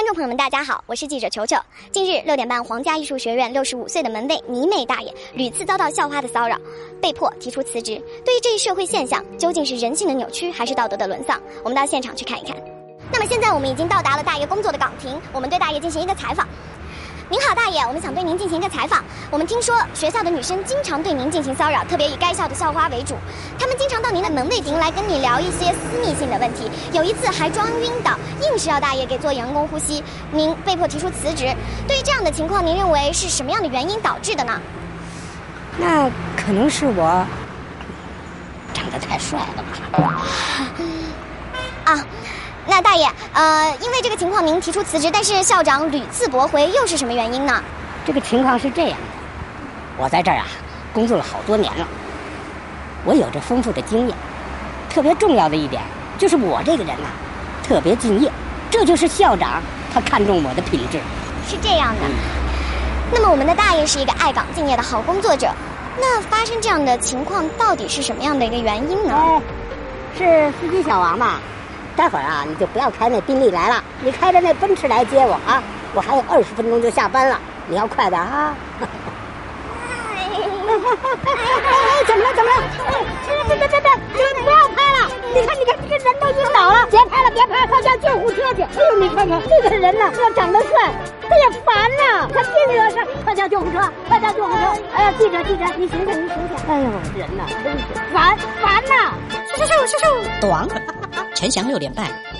观众朋友们，大家好，我是记者球球。近日6点半，皇家艺术学院65岁的门卫倪妹大爷屡次遭到校花的骚扰，被迫提出辞职。对于这一社会现象，究竟是人性的扭曲，还是道德的沦丧？我们到现场去看一看。那么现在我们已经到达了大爷工作的岗亭，我们对大爷进行一个采访。您好，大爷，我们想对您进行一个采访。我们听说学校的女生经常对您进行骚扰，特别以该校的校花为主。她们经常到您的门卫亭来跟你聊一些私密性的问题，有一次还装晕倒，硬是要大爷给做人工呼吸，您被迫提出辞职。对于这样的情况，您认为是什么样的原因导致的呢？ 那可能是我长得太帅了吧。 啊。那大爷，因为这个情况您提出辞职，但是校长屡次驳回，又是什么原因呢？ 这个情况是这样的，我在这儿工作了好多年了，我有着丰富的经验，特别重要的一点就是我这个人特别敬业，这就是校长他看重我的品质。 是这样的，那么我们的大爷是一个爱岗敬业的好工作者，那发生这样的情况到底是什么样的一个原因呢？ 是司机小王嘛？待会儿你就不要开那宾利来了，你开着那奔驰来接我啊！我还有20分钟就下班了，你要快点啊！怎么了？别不要拍了！你看，这个人都晕倒了，别拍了，快叫救护车去！哎呦，你看看这个人要长得帅，他也烦呐，他净惹事，快叫救护车！哎呀，记者，你醒醒！哎呦，人真是烦呐！ 短，陈翔6点半